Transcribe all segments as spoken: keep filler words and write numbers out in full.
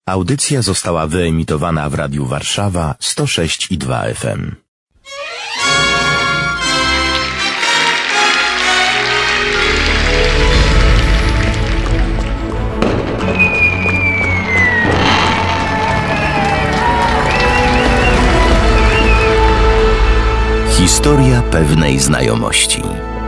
Audycja została wyemitowana w Radiu Warszawa sto sześć i dwa F M. Historia pewnej znajomości.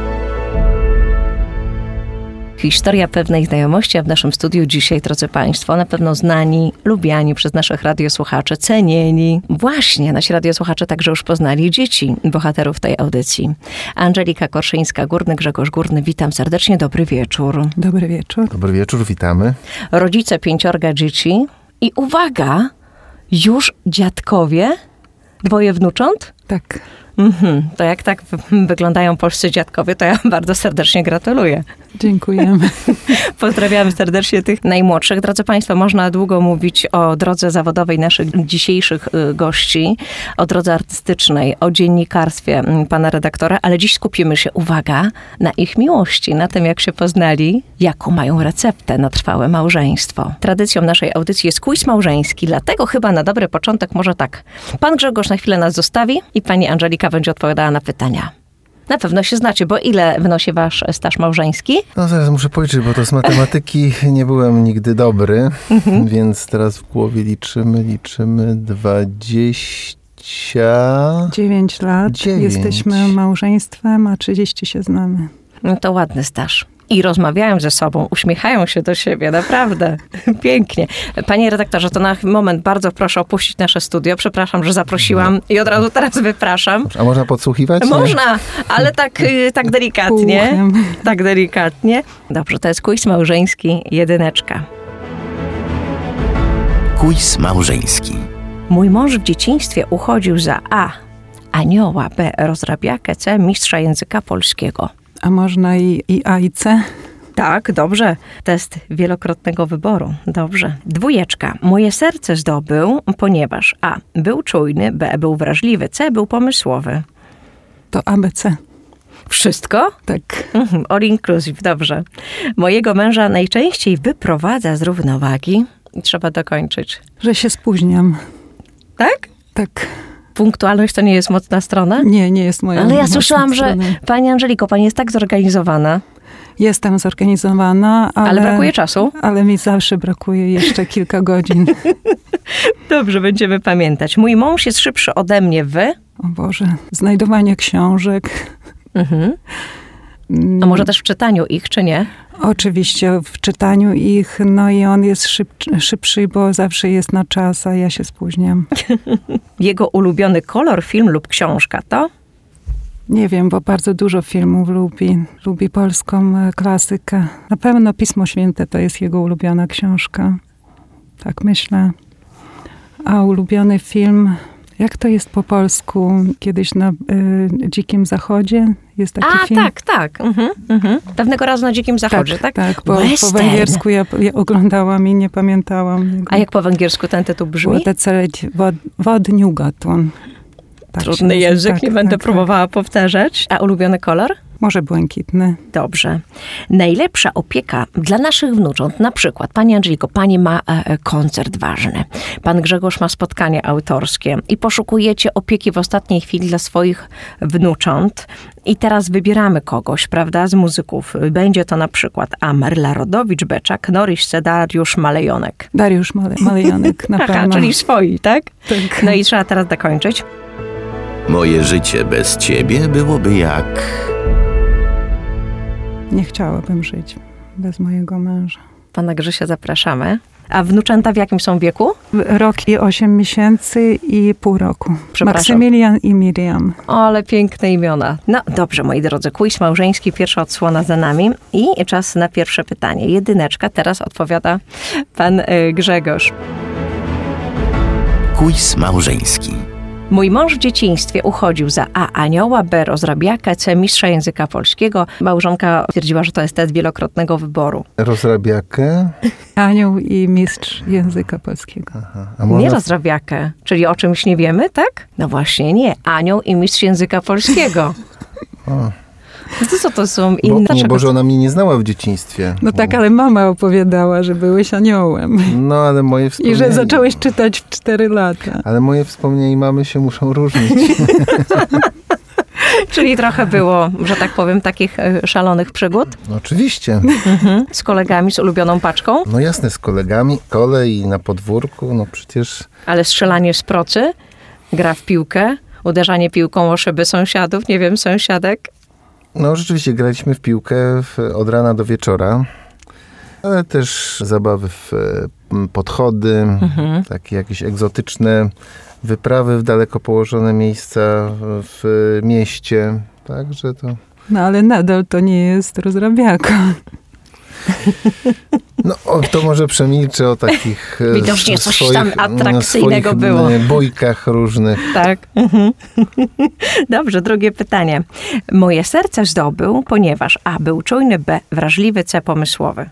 Historia pewnej znajomości, a w naszym studiu dzisiaj, drodzy Państwo, na pewno znani, lubiani przez naszych radiosłuchaczy, cenieni. Właśnie nasi radiosłuchacze także już poznali dzieci bohaterów tej audycji. Angelika Korszyńska-Górny, Grzegorz Górny, witam serdecznie, dobry wieczór. Dobry wieczór. Dobry wieczór, witamy. Rodzice pięciorga dzieci i uwaga, już dziadkowie, dwoje wnucząt? Tak. Mhm. To jak tak wyglądają polscy dziadkowie, to ja bardzo serdecznie gratuluję. Dziękujemy. Pozdrawiamy serdecznie tych najmłodszych. Drodzy Państwo, można długo mówić o drodze zawodowej naszych dzisiejszych gości, o drodze artystycznej, o dziennikarstwie pana redaktora, ale dziś skupimy się, uwaga, na ich miłości, na tym, jak się poznali, jaką mają receptę na trwałe małżeństwo. Tradycją naszej audycji jest quiz małżeński, dlatego chyba na dobry początek może tak. Pan Grzegorz na chwilę nas zostawi i pani Angelika będzie odpowiadała na pytania. Na pewno się znacie, bo ile wynosi wasz staż małżeński? No zaraz muszę policzyć, bo to z matematyki nie byłem nigdy dobry, mhm. więc teraz w głowie liczymy, liczymy dwadzieścia... Dziewięć lat. Dziewięć. Jesteśmy małżeństwem, a trzydzieści się znamy. No to ładny staż. I rozmawiają ze sobą, uśmiechają się do siebie, naprawdę. Pięknie. Panie redaktorze, to na moment bardzo proszę opuścić nasze studio. Przepraszam, że zaprosiłam i od razu teraz wypraszam. A można podsłuchiwać? Można, nie? Ale tak, tak delikatnie. Półchem. Tak delikatnie. Dobrze, to jest quiz małżeński, jedyneczka. Quiz małżeński. Mój mąż w dzieciństwie uchodził za A. Anioła, B. Rozrabiakę, C. Mistrza języka polskiego. A można i, i A i C? Tak, dobrze. Test wielokrotnego wyboru. Dobrze. Dwójeczka. Moje serce zdobył, ponieważ A. Był czujny, B. Był wrażliwy, C. Był pomysłowy. To A B C. Wszystko? Tak. Mhm, all inclusive, dobrze. Mojego męża najczęściej wyprowadza z równowagi. Trzeba dokończyć. Że się spóźniam. Tak? Tak. Punktualność to nie jest mocna strona? Nie, nie jest moja Ale ja mocna słyszałam, strona. że pani Angeliko, pani jest tak zorganizowana. Jestem zorganizowana, ale... Ale brakuje czasu? Ale mi zawsze brakuje jeszcze kilka godzin. Dobrze, będziemy pamiętać. Mój mąż jest szybszy ode mnie w... O Boże, znajdowanie książek. Mhm. A może też w czytaniu ich, czy nie? Oczywiście w czytaniu ich, no i on jest szyb, szybszy, bo zawsze jest na czas, a ja się spóźniam. Jego ulubiony kolor, film lub książka to? Nie wiem, bo bardzo dużo filmów lubi. Lubi polską klasykę. Na pewno Pismo Święte to jest jego ulubiona książka. Tak myślę. A ulubiony film... Jak to jest po polsku? Kiedyś na y, Dzikim Zachodzie jest taki A, film. tak, tak. Mhm, mhm. Pewnego razu na Dzikim Zachodzie, tak? Tak, tak. Po, po węgiersku ja, ja oglądałam i nie pamiętałam. Jego. A jak po węgiersku ten tytuł brzmi? Wodniugaton. Tak, trudny język, tak, nie będę tak, próbowała tak. powtarzać. A ulubiony kolor? Może błękitny. Dobrze. Najlepsza opieka dla naszych wnucząt, na przykład, pani Angeliko, pani ma e, koncert ważny, pan Grzegorz ma spotkanie autorskie i poszukujecie opieki w ostatniej chwili dla swoich wnucząt i teraz wybieramy kogoś, prawda, z muzyków. Będzie to na przykład A. Merla Rodowicz-Beczak, Norris C. Dariusz Malejonek. Dariusz Male, Malejonek, na pewno. Aha, czyli swoi, tak? Tak. No i trzeba teraz dokończyć. Moje życie bez ciebie byłoby jak... Nie chciałabym żyć bez mojego męża. Pana Grzesia zapraszamy. A wnuczęta w jakim są wieku? Rok i osiem miesięcy i pół roku. Maksymilian i Miriam. O, ale piękne imiona. No dobrze, moi drodzy, quiz małżeński, pierwsza odsłona za nami i czas na pierwsze pytanie. Jedyneczka, teraz odpowiada pan y, Grzegorz. Quiz małżeński. Mój mąż w dzieciństwie uchodził za A. Anioła, B. Rozrabiakę, C. Mistrza języka polskiego. Małżonka stwierdziła, że to jest test wielokrotnego wyboru. Rozrabiakę? Anioł i mistrz języka polskiego. Aha. A może... Nie rozrabiakę, czyli o czymś nie wiemy, tak? No właśnie nie. Anioł i mistrz języka polskiego. O. No to co to są Bo, inne? nie, Dlaczego? bo że ona mnie nie znała w dzieciństwie. No tak, ale mama opowiadała, że byłeś aniołem. No, ale moje I wspomnienia... że zacząłeś czytać w cztery lata. Ale moje wspomnienia i mamy się muszą różnić. Czyli trochę było, że tak powiem, takich e, szalonych przygód No, oczywiście. mhm. z kolegami, z ulubioną paczką, No jasne, z kolegami, kolej na podwórku, no przecież... ale strzelanie z procy, gra w piłkę, uderzanie piłką o szyby sąsiadów, nie wiem, sąsiadek. No rzeczywiście graliśmy w piłkę w, od rana do wieczora, ale też zabawy w e, podchody, Mhm. takie jakieś egzotyczne wyprawy w daleko położone miejsca w mieście. Także to... No ale nadal to nie jest rozrabiaka. No o, to może przemilczę o takich e, Widocznie coś swoich, tam atrakcyjnego swoich, było. e, bójkach różnych. Tak. Mhm. Dobrze, drugie pytanie. Moje serce zdobył, ponieważ A. był czujny, B. wrażliwy, C. pomysłowy.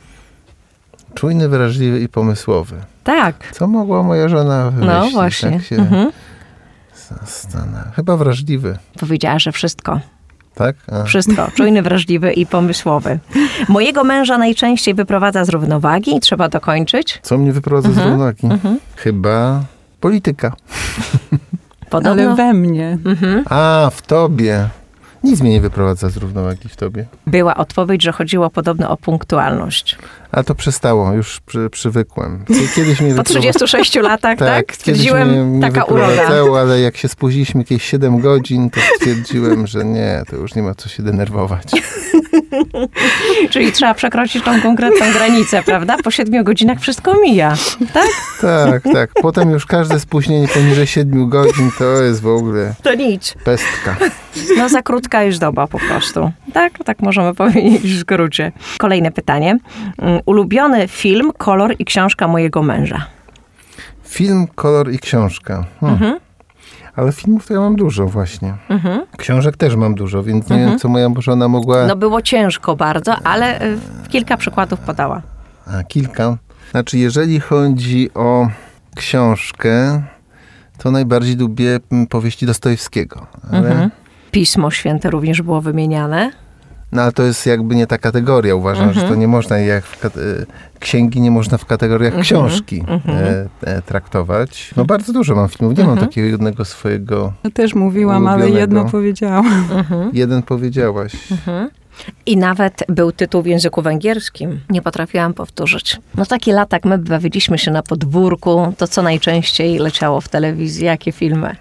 Czujny, wrażliwy i pomysłowy. Tak. Co mogła moja żona wymyślić? No właśnie. Tak się Mhm. zastanawiam. Chyba wrażliwy, Powiedziała, że wszystko. tak? A. Wszystko. Czujny, wrażliwy i pomysłowy. Mojego męża najczęściej wyprowadza z równowagi i trzeba dokończyć. Co mnie wyprowadza z równowagi? Chyba polityka. Podobno. Ale we mnie. Mhm. A, w tobie. Nic mnie nie wyprowadza z równowagi w tobie. Była odpowiedź, że chodziło podobno o punktualność. A to przestało, już przy, przywykłem. Kiedyś mnie Po wyprowadzało. trzydziestu sześciu latach, tak? kiedyś mnie, Stwierdziłem, mnie taka uroda. wyprowadzało, ale jak się spóźniliśmy jakieś siedem godzin, to stwierdziłem, że nie, to już nie ma co się denerwować. Czyli trzeba przekroczyć tą konkretną granicę, prawda? Po siedmiu godzinach wszystko mija, tak? Tak, tak. Potem już każde spóźnienie poniżej siedmiu godzin to jest w ogóle To nic. pestka. No za krótka jest doba po prostu. Tak, tak możemy powiedzieć w skrócie. Kolejne pytanie. Mm, Ulubiony film, kolor i książka mojego męża. Film, kolor i książka. Hmm. Mhm. Ale filmów to ja mam dużo właśnie. Mhm. Książek też mam dużo, więc nie wiem, co moja żona mogła... No było ciężko bardzo, ale y, kilka przykładów podała. A, kilka. Znaczy, jeżeli chodzi o książkę, to najbardziej lubię mm, powieści Dostojewskiego. Ale, Mhm. Pismo Święte również było wymieniane. no, ale to jest jakby nie ta kategoria. Uważam, że to nie można, jak w kat- e, księgi nie można w kategoriach książki e, e, traktować. No bardzo dużo mam filmów. Nie mam takiego jednego swojego... Ja też mówiłam, ale Ulubionego. jedno powiedziałam. Jeden powiedziałaś. I nawet był tytuł w języku węgierskim. Nie potrafiłam powtórzyć. No taki latak, my bawiliśmy się na podwórku. To co najczęściej leciało w telewizji? Jakie filmy?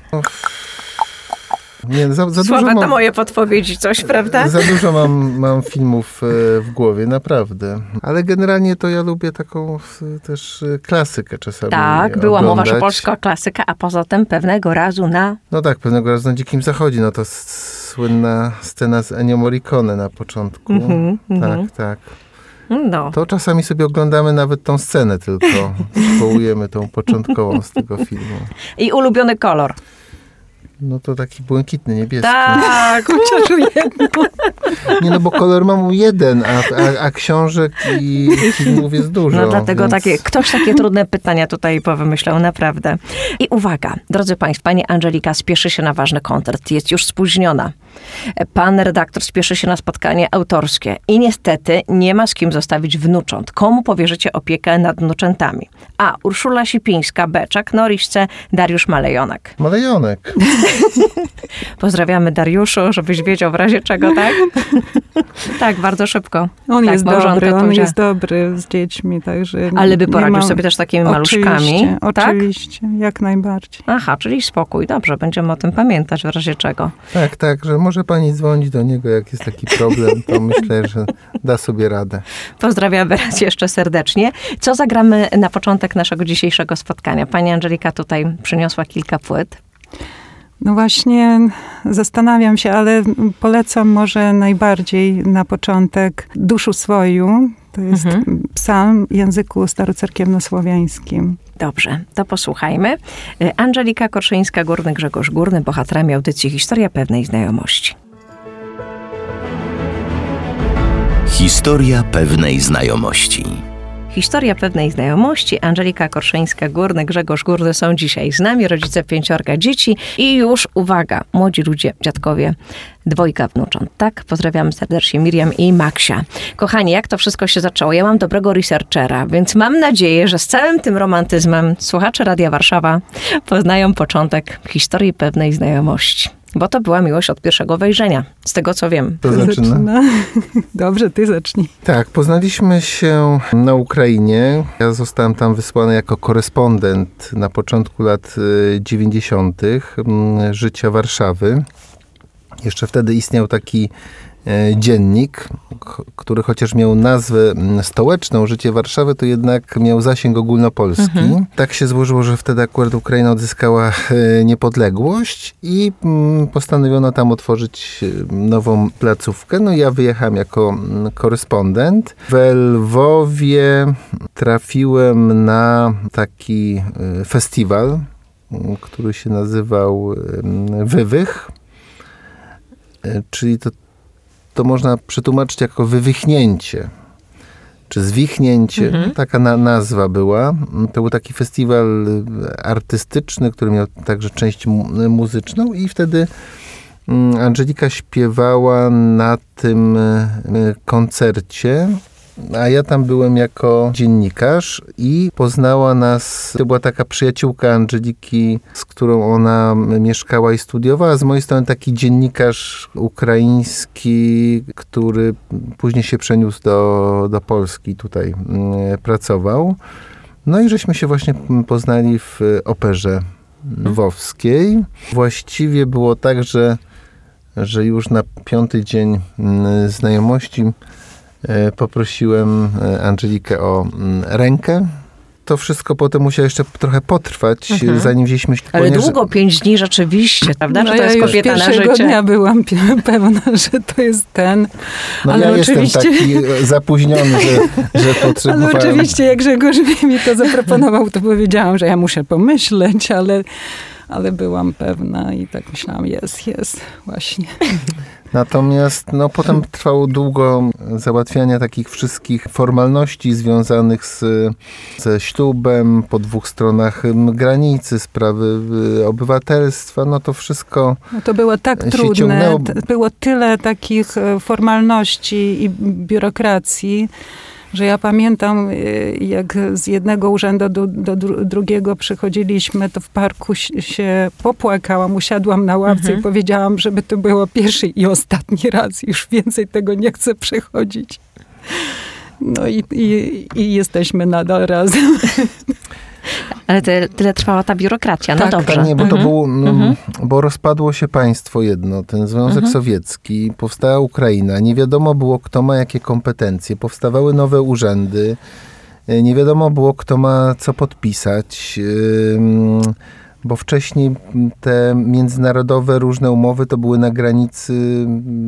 Nie, za, za dużo Słabe to mam... moje podpowiedzi, coś, prawda? Za dużo mam, mam filmów e, w głowie, naprawdę. Ale generalnie to ja lubię taką e, też e, klasykę czasami Tak, była mowa, oglądać. że polska klasyka, a poza tym pewnego razu na... No tak, pewnego razu na Dzikim Zachodzie, no to s- słynna scena z Ennio Morricone na początku. Mhm, tak, mhm. tak. No, To czasami sobie oglądamy nawet tą scenę tylko. Przywołujemy tą początkową z tego filmu. i ulubiony kolor. No to taki błękitny, niebieski. Tak, chociaż jedno. Nie, no bo kolor mam jeden, a, a, a książek i filmów jest dużo. No dlatego więc... takie, ktoś takie trudne pytania tutaj powymyślał, naprawdę. I uwaga, drodzy Państwo, pani Angelika spieszy się na ważny koncert, jest już spóźniona. Pan redaktor spieszy się na spotkanie autorskie i niestety nie ma z kim zostawić wnucząt. Komu powierzycie opiekę nad wnuczętami? A. Urszula Sipińska, B. Chuck Norris, C. Dariusz Malejonek. Malejonek. Pozdrawiamy Dariuszu, żebyś wiedział w razie czego, tak? Tak, bardzo szybko. On tak, jest małżonka dobry, on powiedziała. jest dobry z dziećmi, także... Ale by nie poradził mam- sobie też z takimi maluszkami, Oczywiście, tak? oczywiście, jak najbardziej. Aha, czyli spokój. Dobrze, będziemy o tym pamiętać w razie czego. Tak, tak, że może pani dzwonić do niego, jak jest taki problem, to myślę, że da sobie radę. Pozdrawiamy raz jeszcze serdecznie. Co zagramy na początek naszego dzisiejszego spotkania? Pani Angelika tutaj przyniosła kilka płyt. No właśnie, zastanawiam się, ale polecam może najbardziej na początek Duszu Swoju. To jest Mhm. psalm w języku starocerkiewnosłowiańskim. Dobrze, to posłuchajmy. Angelika Korszyńska-Górny, Grzegorz Górny, bohaterami audycji Historia pewnej znajomości. Historia pewnej znajomości. Historia pewnej znajomości. Angelika Korszyńska-Górny, Grzegorz Górny są dzisiaj z nami, rodzice pięciorga dzieci i już, uwaga, młodzi ludzie, dziadkowie, dwojga wnucząt. Tak, pozdrawiamy serdecznie Miriam i Maksia. Kochani, jak to wszystko się zaczęło? Ja mam dobrego researchera, więc mam nadzieję, że z całym tym romantyzmem słuchacze Radia Warszawa poznają początek historii pewnej znajomości. Bo to była miłość od pierwszego wejrzenia, z tego co wiem. To zaczyna? Dobrze, ty zacznij. Tak, poznaliśmy się na Ukrainie. Ja zostałem tam wysłany jako korespondent na początku lat dziewięćdziesiątych życia Warszawy. Jeszcze wtedy istniał taki dziennik, który chociaż miał nazwę stołeczną, Życie Warszawy, to jednak miał zasięg ogólnopolski. Mhm. Tak się złożyło, że wtedy akurat Ukraina odzyskała niepodległość i postanowiono tam otworzyć nową placówkę. No i ja wyjechałem jako korespondent. W Lwowie trafiłem na taki festiwal, który się nazywał Wywych, czyli to to można przetłumaczyć jako wywichnięcie, czy zwichnięcie. Mhm. Taka na, nazwa była. To był taki festiwal artystyczny, który miał także część mu, muzyczną i wtedy Angelika śpiewała na tym koncercie, a ja tam byłem jako dziennikarz i poznała nas, to była taka przyjaciółka Angeliki, z którą ona mieszkała i studiowała. Z mojej strony taki dziennikarz ukraiński, który później się przeniósł do, do Polski, tutaj pracował. No i żeśmy się właśnie poznali w operze lwowskiej. Właściwie było tak, że, że już na piąty dzień znajomości poprosiłem Angelikę o rękę. To wszystko potem musiało jeszcze trochę potrwać, mhm. zanim wzięliśmy... Ale ponieważ... długo, pięć dni rzeczywiście, prawda? No że to ja jest kobieta na życie. już pierwszego dnia byłam pewna, że to jest ten. No ale ja oczywiście... jestem taki zapóźniony, że, że potrzebowałem... Ale oczywiście jak Grzegorz mi to zaproponował, to powiedziałam, że ja muszę pomyśleć, ale, ale byłam pewna i tak myślałam, jest, jest, właśnie. Natomiast no, potem trwało długo załatwiania takich wszystkich formalności związanych z, ze ślubem, po dwóch stronach granicy, sprawy obywatelstwa. No to wszystko no to było tak trudne. Ciągnęło. Było tyle takich formalności i biurokracji, że ja pamiętam, jak z jednego urzędu do, do drugiego przychodziliśmy, to w parku się popłakałam, usiadłam na ławce mhm. i powiedziałam, żeby to było pierwszy i ostatni raz. Już więcej tego nie chcę przechodzić. No i, i, i jesteśmy nadal razem. Ale tyle, tyle trwała ta biurokracja, no tak, dobrze. Tak, nie, bo mhm. to było, no, mhm. bo rozpadło się państwo jedno, ten Związek mhm. Sowiecki, powstała Ukraina, nie wiadomo było, kto ma jakie kompetencje, powstawały nowe urzędy, nie wiadomo było, kto ma co podpisać, bo wcześniej te międzynarodowe różne umowy to były na granicy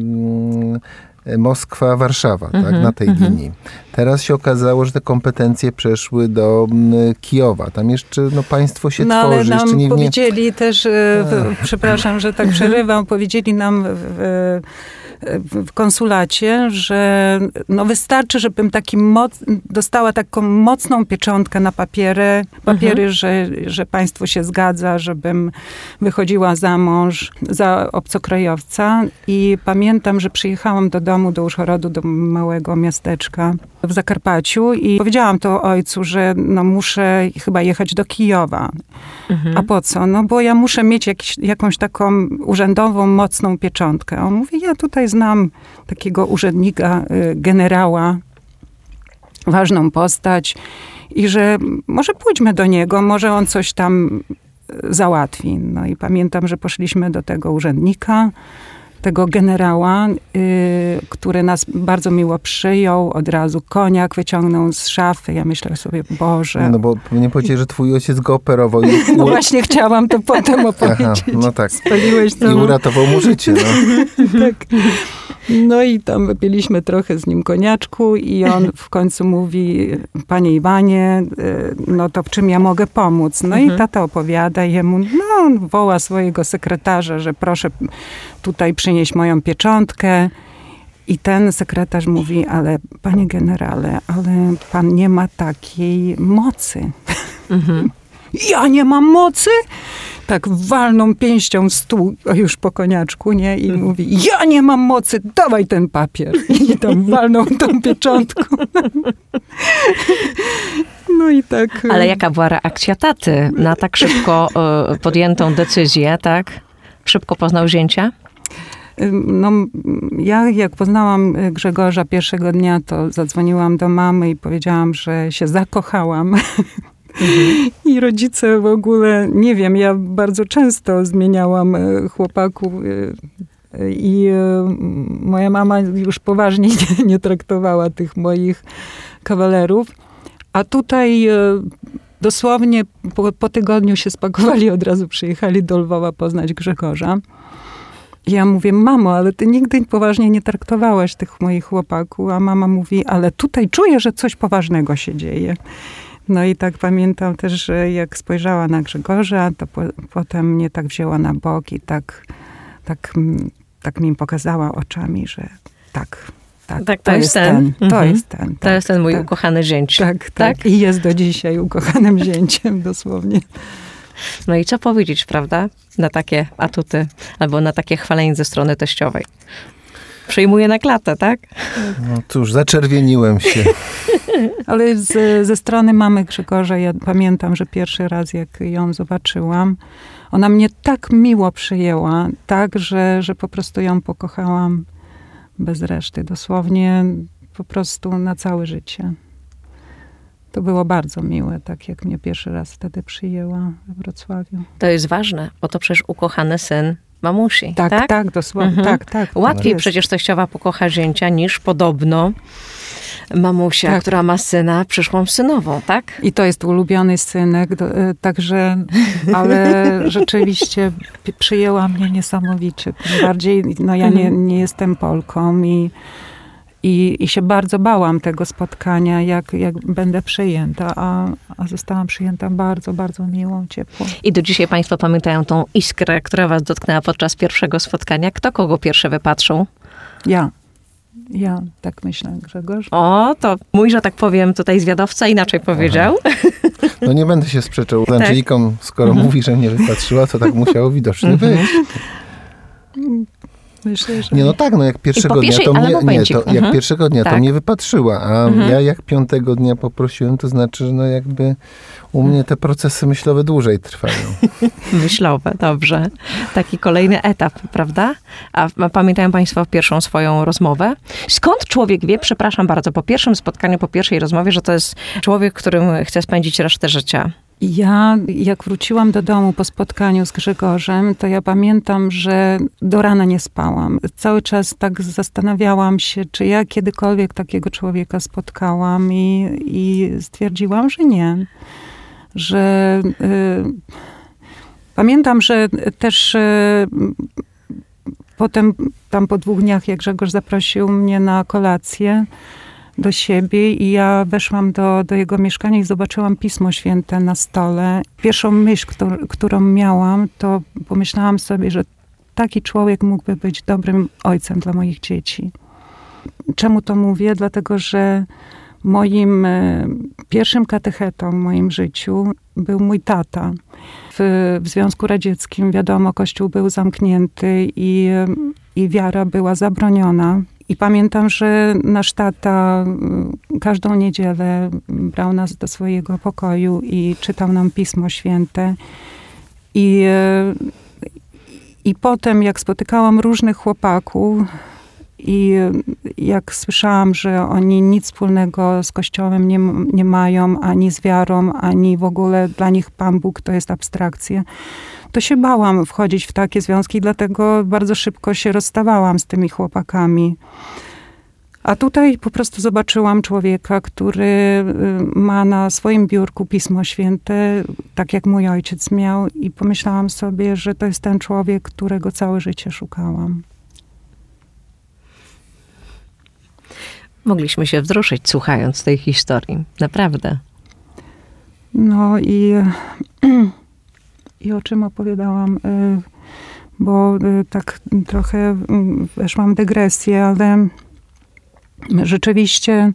Moskwa-Warszawa, tak, mm-hmm, na tej mm-hmm. linii. Teraz się okazało, że te kompetencje przeszły do Kijowa. Tam jeszcze no, państwo się no, tworzy. Ale nam jeszcze nie, powiedzieli nie... też, w, przepraszam, że tak przerywam, powiedzieli nam w, w konsulacie, że no wystarczy, żebym taki moc, dostała taką mocną pieczątkę na papierę, papiery, mhm. że, że państwo się zgadza, żebym wychodziła za mąż, za obcokrajowca. I pamiętam, że przyjechałam do domu, do Użhorodu, do małego miasteczka w Zakarpaciu i powiedziałam to ojcu, że no muszę chyba jechać do Kijowa. Mhm. A po co? No bo ja muszę mieć jakiś, jakąś taką urzędową, mocną pieczątkę. A on mówi, ja tutaj znam takiego urzędnika, generała, ważną postać i że może pójdźmy do niego, może on coś tam załatwi. No i pamiętam, że poszliśmy do tego urzędnika, tego generała, yy, który nas bardzo miło przyjął, od razu koniak wyciągnął z szafy. Ja myślę sobie, Boże. No bo nie powiedzieć, że twój ojciec go operował. I... No właśnie chciałam to potem opowiedzieć. Aha, no tak. Spaliłeś to. I uratował mu życie. No. Tak. No i tam wypiliśmy trochę z nim koniaczku i on w końcu mówi, panie Iwanie, no to w czym ja mogę pomóc? No mhm. i tata opowiada jemu, no on woła swojego sekretarza, że proszę tutaj przynieść moją pieczątkę. I ten sekretarz mówi, ale panie generale, ale pan nie ma takiej mocy. Mhm. Ja nie mam mocy? Tak walną pięścią w stół, a już po koniaczku, nie? I mówi, ja nie mam mocy, dawaj ten papier. I tam walną tą pieczątką. No i tak. Ale jaka była reakcja taty na tak szybko y, podjętą decyzję, tak? Szybko poznał zięcia? No, ja jak poznałam Grzegorza pierwszego dnia, to zadzwoniłam do mamy i powiedziałam, że się zakochałam. Mhm. I rodzice w ogóle, nie wiem, ja bardzo często zmieniałam chłopaków i moja mama już poważnie nie, nie traktowała tych moich kawalerów. A tutaj dosłownie po, po tygodniu się spakowali, od razu przyjechali do Lwowa poznać Grzegorza. I ja mówię, mamo, ale ty nigdy poważnie nie traktowałaś tych moich chłopaków. A mama mówi, ale tutaj czuję, że coś poważnego się dzieje. No i tak pamiętam też, że jak spojrzała na Grzegorza, to po, potem mnie tak wzięła na bok i tak, tak, tak mi pokazała oczami, że tak, tak, tak to, to jest ten. ten to mhm. jest ten. Tak, to jest ten mój tak, ukochany zięć. Tak, tak, tak. I jest do dzisiaj ukochanym zięciem, dosłownie. No i co powiedzieć, prawda? Na takie atuty, albo na takie chwalenie ze strony teściowej. Przyjmuje na klatę, tak? No cóż, zaczerwieniłem się. Ale z, ze strony mamy Grzegorza, ja pamiętam, że pierwszy raz jak ją zobaczyłam, ona mnie tak miło przyjęła, tak, że, że po prostu ją pokochałam bez reszty. Dosłownie po prostu na całe życie. To było bardzo miłe, tak jak mnie pierwszy raz wtedy przyjęła we Wrocławiu. To jest ważne, bo to przecież ukochany syn mamusi, tak? Tak, tak, dosłownie, mhm. tak, tak. Łatwiej tak przecież teściowa pokocha zięcia niż podobno mamusia, tak. która ma syna, przyszłą synową, tak? I to jest ulubiony synek, także, ale rzeczywiście przyjęła mnie niesamowicie. Tym bardziej, no ja nie, nie jestem Polką i I, I się bardzo bałam tego spotkania, jak, jak będę przyjęta, a, a zostałam przyjęta bardzo, bardzo miło, ciepło. I do dzisiaj państwo pamiętają tą iskrę, która was dotknęła podczas pierwszego spotkania. Kto kogo pierwszy wypatrzył? Ja. Ja, tak myślę, Grzegorz. O, to mój, że tak powiem, tutaj zwiadowca inaczej powiedział. Aha. No nie będę się sprzeczał z Angeliką, tak. skoro mhm. mówi, że mnie wypatrzyła, to tak musiało widocznie mhm. być. Myślę, że... Nie, no tak, no jak pierwszego pierwszej, dnia to mnie, nie, to mhm. jak pierwszego dnia tak. to mnie wypatrzyła, a mhm. ja jak piątego dnia poprosiłem, to znaczy, że no jakby u mnie te procesy myślowe dłużej trwają. Myślowe, dobrze. Taki kolejny etap, prawda? A pamiętają państwo pierwszą swoją rozmowę? Skąd człowiek wie, przepraszam bardzo, po pierwszym spotkaniu, po pierwszej rozmowie, że to jest człowiek, którym chce spędzić resztę życia? Ja, jak wróciłam do domu po spotkaniu z Grzegorzem, to ja pamiętam, że do rana nie spałam. Cały czas tak zastanawiałam się, czy ja kiedykolwiek takiego człowieka spotkałam i, i stwierdziłam, że nie. Że y, pamiętam, że też y, potem, tam po dwóch dniach, jak Grzegorz zaprosił mnie na kolację do siebie i ja weszłam do, do jego mieszkania i zobaczyłam Pismo Święte na stole. Pierwszą myśl, którą, którą miałam, to pomyślałam sobie, że taki człowiek mógłby być dobrym ojcem dla moich dzieci. Czemu to mówię? Dlatego, że moim pierwszym katechetą w moim życiu był mój tata. W, w Związku Radzieckim, wiadomo, kościół był zamknięty i, i wiara była zabroniona. I pamiętam, że nasz tata każdą niedzielę brał nas do swojego pokoju i czytał nam Pismo Święte. I, i potem, jak spotykałam różnych chłopaków i jak słyszałam, że oni nic wspólnego z Kościołem nie, nie mają, ani z wiarą, ani w ogóle dla nich Pan Bóg to jest abstrakcja, to się bałam wchodzić w takie związki, dlatego bardzo szybko się rozstawałam z tymi chłopakami. A tutaj po prostu zobaczyłam człowieka, który ma na swoim biurku Pismo Święte, tak jak mój ojciec miał, i pomyślałam sobie, że to jest ten człowiek, którego całe życie szukałam. Mogliśmy się wzruszyć, słuchając tej historii. Naprawdę. No i... I o czym opowiadałam, bo tak trochę weszłam w dygresję, ale rzeczywiście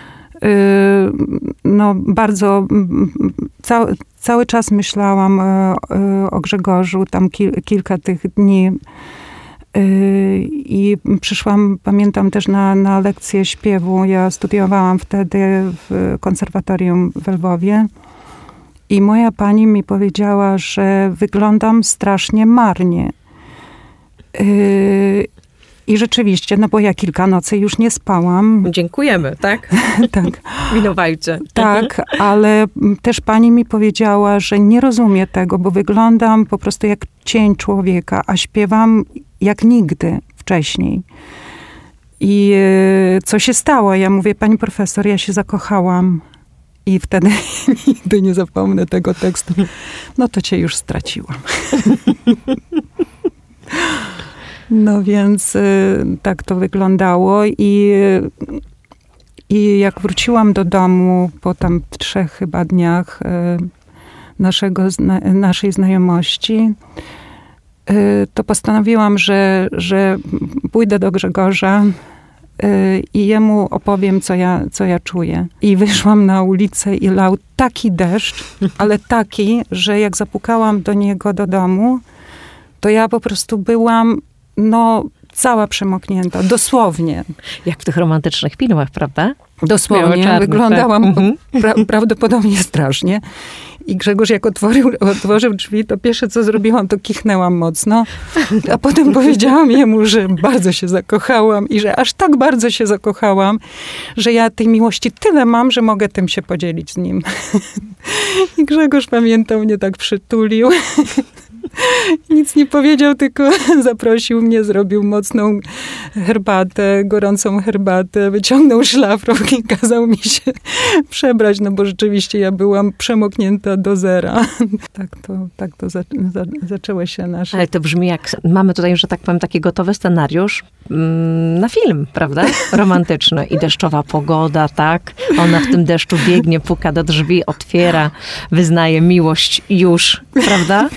no bardzo cały, cały czas myślałam o Grzegorzu, tam kil, kilka tych dni i przyszłam, pamiętam też na, na lekcję śpiewu. Ja studiowałam wtedy w konserwatorium w Lwowie i moja pani mi powiedziała, że wyglądam strasznie marnie. I rzeczywiście, no bo ja kilka nocy już nie spałam. Dziękujemy, tak? Tak. Winowajcie. Tak, ale też pani mi powiedziała, że nie rozumie tego, bo wyglądam po prostu jak cień człowieka, a śpiewam jak nigdy wcześniej. I co się stało? Ja mówię, pani profesor, ja się zakochałam. I wtedy nigdy nie zapomnę tego tekstu. No to cię już straciłam. No więc y, tak to wyglądało i, i jak wróciłam do domu po tam trzech chyba dniach y, naszego, zna, naszej znajomości, y, to postanowiłam, że, że pójdę do Grzegorza y, i jemu opowiem, co ja, co ja czuję. I wyszłam na ulicę i lał taki deszcz, ale taki, że jak zapukałam do niego do domu, to ja po prostu byłam no, cała przemoknięta, dosłownie. Jak w tych romantycznych filmach, prawda? Dosłownie. Wyglądałam pra prawdopodobnie strasznie. I Grzegorz jak otworzył, otworzył drzwi, to pierwsze co zrobiłam, to kichnęłam mocno. A potem powiedziałam jemu, że bardzo się zakochałam i że aż tak bardzo się zakochałam, że ja tej miłości tyle mam, że mogę tym się podzielić z nim. I Grzegorz, pamiętam, mnie tak przytulił. Nic nie powiedział, tylko zaprosił mnie, zrobił mocną herbatę, gorącą herbatę, wyciągnął szlafrok i kazał mi się przebrać, no bo rzeczywiście ja byłam przemoknięta do zera. Tak to, tak to za, za, zaczęło się nasze... Ale to brzmi jak, mamy tutaj, że tak powiem, taki gotowy scenariusz mm, na film, prawda? Romantyczny. I deszczowa pogoda, tak? Ona w tym deszczu biegnie, puka do drzwi, otwiera, wyznaje miłość już, prawda?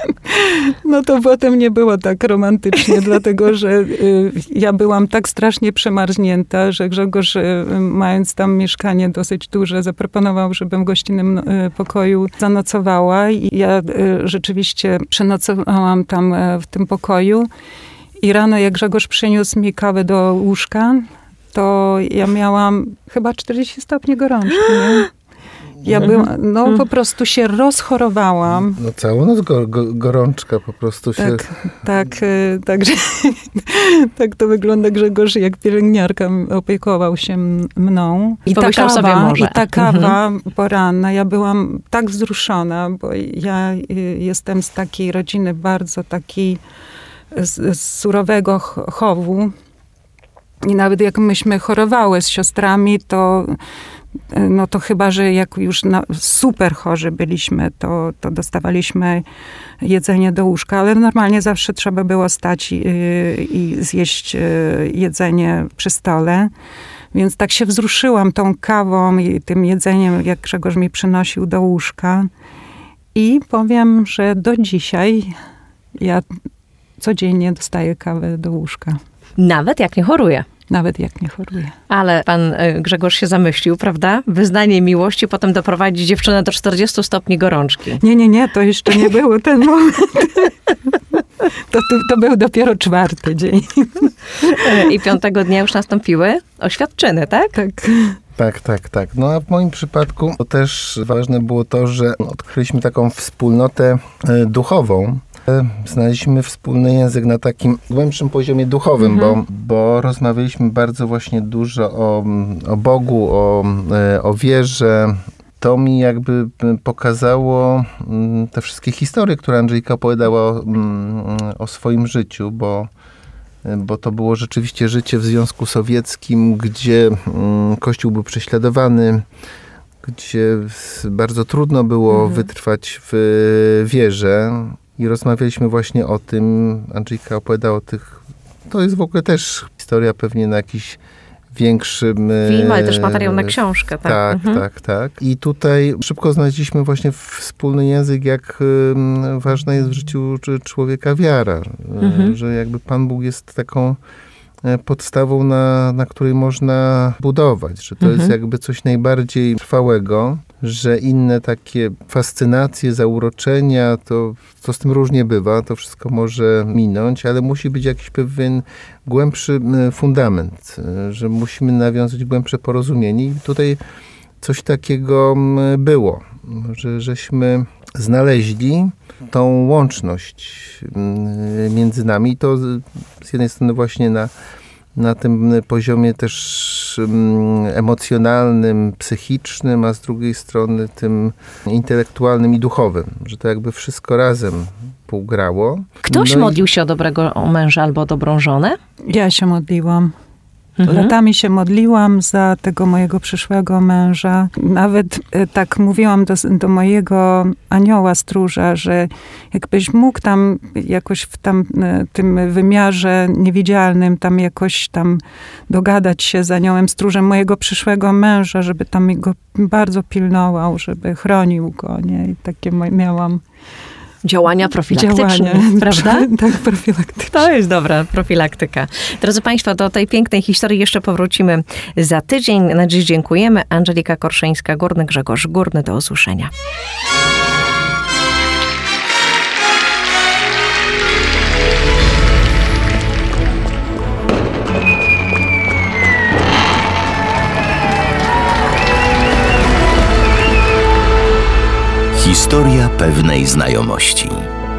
No to potem nie było tak romantycznie, dlatego że y, ja byłam tak strasznie przemarznięta, że Grzegorz, y, mając tam mieszkanie dosyć duże, zaproponował, żebym w gościnnym y, pokoju zanocowała. I ja y, rzeczywiście przenocowałam tam y, w tym pokoju. I rano, jak Grzegorz przyniósł mi kawę do łóżka, to ja miałam chyba czterdzieści stopni gorączki, nie? Ja byłam, no po prostu się rozchorowałam. No całą noc go, go, gorączka po prostu się... Tak, tak, także tak to wygląda. Grzegorz jak pielęgniarka opiekował się mną. I ta kawa, sobie może. I ta kawa mhm. poranna, ja byłam tak wzruszona, bo ja jestem z takiej rodziny bardzo takiej z, z surowego chowu. I nawet jak myśmy chorowały z siostrami, to no to chyba, że jak już na, super chorzy byliśmy, to, to dostawaliśmy jedzenie do łóżka, ale normalnie zawsze trzeba było stać i, i zjeść jedzenie przy stole. Więc tak się wzruszyłam tą kawą i tym jedzeniem, jak Grzegorz mi przynosił do łóżka. I powiem, że do dzisiaj ja codziennie dostaję kawę do łóżka. Nawet jak nie choruje. Nawet jak nie choruje. Ale pan Grzegorz się zamyślił, prawda? Wyznanie miłości, potem doprowadzi dziewczynę do czterdziestu stopni gorączki. Nie, nie, nie, to jeszcze nie był ten moment. To, to, to był dopiero czwarty dzień. I piątego dnia już nastąpiły oświadczyny, tak? Tak. Tak, tak, tak. No a w moim przypadku to też ważne było to, że odkryliśmy taką wspólnotę duchową. Znaleźliśmy wspólny język na takim głębszym poziomie duchowym, mhm. bo, bo rozmawialiśmy bardzo właśnie dużo o, o Bogu, o, o wierze. To mi jakby pokazało te wszystkie historie, które Andrzejka opowiadała o, o swoim życiu, bo, bo to było rzeczywiście życie w Związku Sowieckim, gdzie Kościół był prześladowany, gdzie bardzo trudno było mhm. wytrwać w wierze. I rozmawialiśmy właśnie o tym, Andrzejka opowiadała o tych, to jest w ogóle też historia pewnie na jakiś większym... Film, ale też materiał na książkę, tak? Tak, mhm. tak, tak. I tutaj szybko znaleźliśmy właśnie wspólny język, jak ważna jest w życiu człowieka wiara. Mhm. Że jakby Pan Bóg jest taką podstawą, na, na której można budować, że to mhm. jest jakby coś najbardziej trwałego, że inne takie fascynacje, zauroczenia, to, to z tym różnie bywa, to wszystko może minąć, ale musi być jakiś pewien głębszy fundament, że musimy nawiązać głębsze porozumienie i tutaj coś takiego było, że żeśmy znaleźli tą łączność między nami i to z jednej strony właśnie na, na tym poziomie też emocjonalnym, psychicznym, a z drugiej strony tym intelektualnym i duchowym, że to jakby wszystko razem półgrało. Ktoś no modlił się o dobrego męża albo o dobrą żonę? Ja się modliłam. Mhm. Latami się modliłam za tego mojego przyszłego męża. Nawet e, tak mówiłam do, do mojego anioła stróża, że jakbyś mógł tam jakoś w tam, e, tym wymiarze niewidzialnym tam jakoś tam dogadać się z aniołem stróżem mojego przyszłego męża, żeby tam go bardzo pilnował, żeby chronił go, nie? I takie miałam Działania profilaktyczne, działania, prawda? Tak, profilaktyczne. To jest dobra profilaktyka. Drodzy Państwo, do tej pięknej historii jeszcze powrócimy za tydzień. Na dziś dziękujemy. Angelika Korszyńska-Górny, Grzegorz Górny. Do usłyszenia. Historia pewnej znajomości.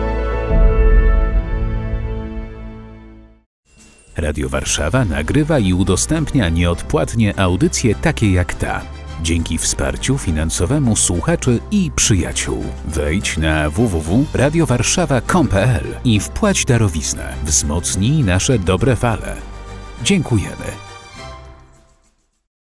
Radio Warszawa nagrywa i udostępnia nieodpłatnie audycje takie jak ta. Dzięki wsparciu finansowemu słuchaczy i przyjaciół. Wejdź na w w w kropka radio warszawa kropka com kropka p l i wpłać darowiznę. Wzmocnij nasze dobre fale. Dziękujemy.